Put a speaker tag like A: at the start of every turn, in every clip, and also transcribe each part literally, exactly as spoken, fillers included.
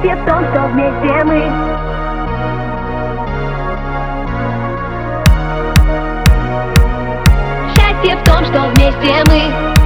A: Счастье в том, что вместе мы. Счастье в том, что вместе мы.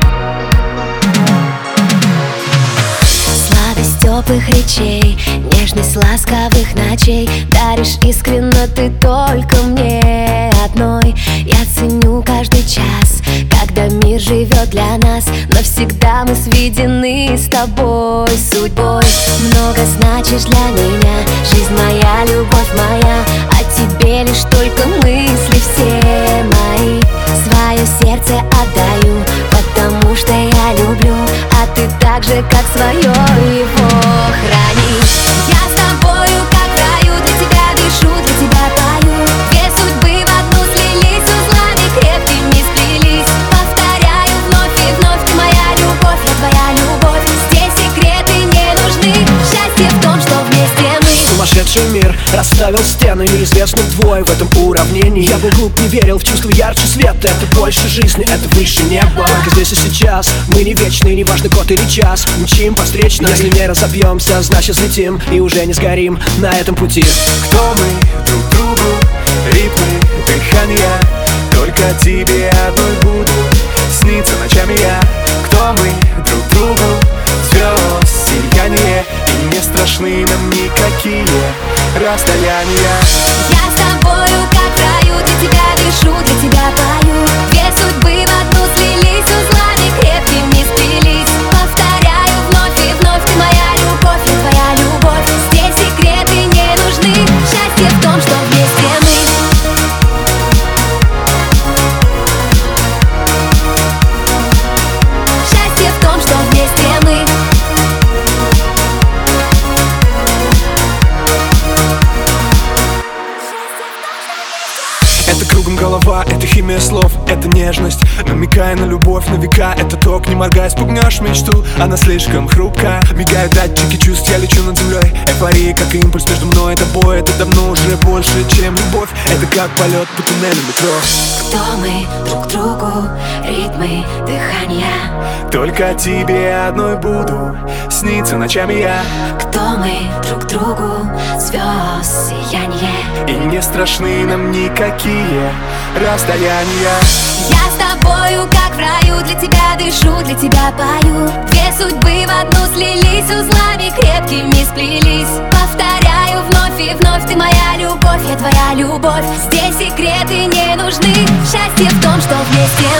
B: Сладость теплых речей, нежность ласковых ночей даришь искренно ты только мне одной. Я ценю каждый час, когда мир живет для нас. Навсегда мы сведены с тобой судьбой. Много значишь для меня, жизнь моя, любовь моя. О тебе лишь только мысли все мои. Свое сердце отдаю, потому что я люблю, а ты так же, как свое его храни. Я с тобою, как в раю, для тебя дышу, для тебя пою. Две судьбы в одну слились, узлами крепкими сплелись. Повторяю вновь и вновь, ты моя любовь, я твоя любовь. Здесь секреты не нужны, счастье в том, что вместе мы.
C: Сумасшедший мир расставил стены, неизвестных двое в этом уравнении. Я был глуп, не верил в чувство ярче света. Это больше жизни, это выше неба. Только здесь и сейчас, мы не вечны, не важно год или час. Мчим по встречной, если не разобьемся, значит слетим и уже не сгорим на этом пути.
D: Кто мы друг другу, ритмы, дыхания. Только тебе одной буду сниться ночами я. Кто мы друг другу, звезд сияние. И не страшны нам никакие расстояния.
B: Я с тобою, как в раю, для тебя дышу, для тебя пою. Две судьбы в одну слились, узлами крепкими сплелись. Повторяю вновь и вновь, ты моя любовь, я твоя любовь. Здесь секреты не нужны, счастье в том, что вместе мы. Счастье в том, что вместе мы.
D: Это кругом голова, это химия слов, это нежность, намекая на любовь на века. Это ток, не моргай, спугнешь мечту, она слишком хрупка. Мигают датчики чувств, я лечу над землей. Эйфория, как импульс между мной и тобой. Это давно уже больше, чем любовь. Это как полет по туннелю метро.
B: Кто мы друг другу, ритмы, дыхания.
D: Только тебе одной буду сниться ночами я.
B: Кто мы друг другу, звезд сияние.
D: И не страшны нам никакие расстояния.
B: Я с тобою, как в раю, для тебя дышу, для тебя пою. Две судьбы в одну слились, узлами крепкими сплелись. Повторяю вновь и вновь, ты моя любовь, я твоя любовь. Здесь секреты не нужны, счастье в том, что вместе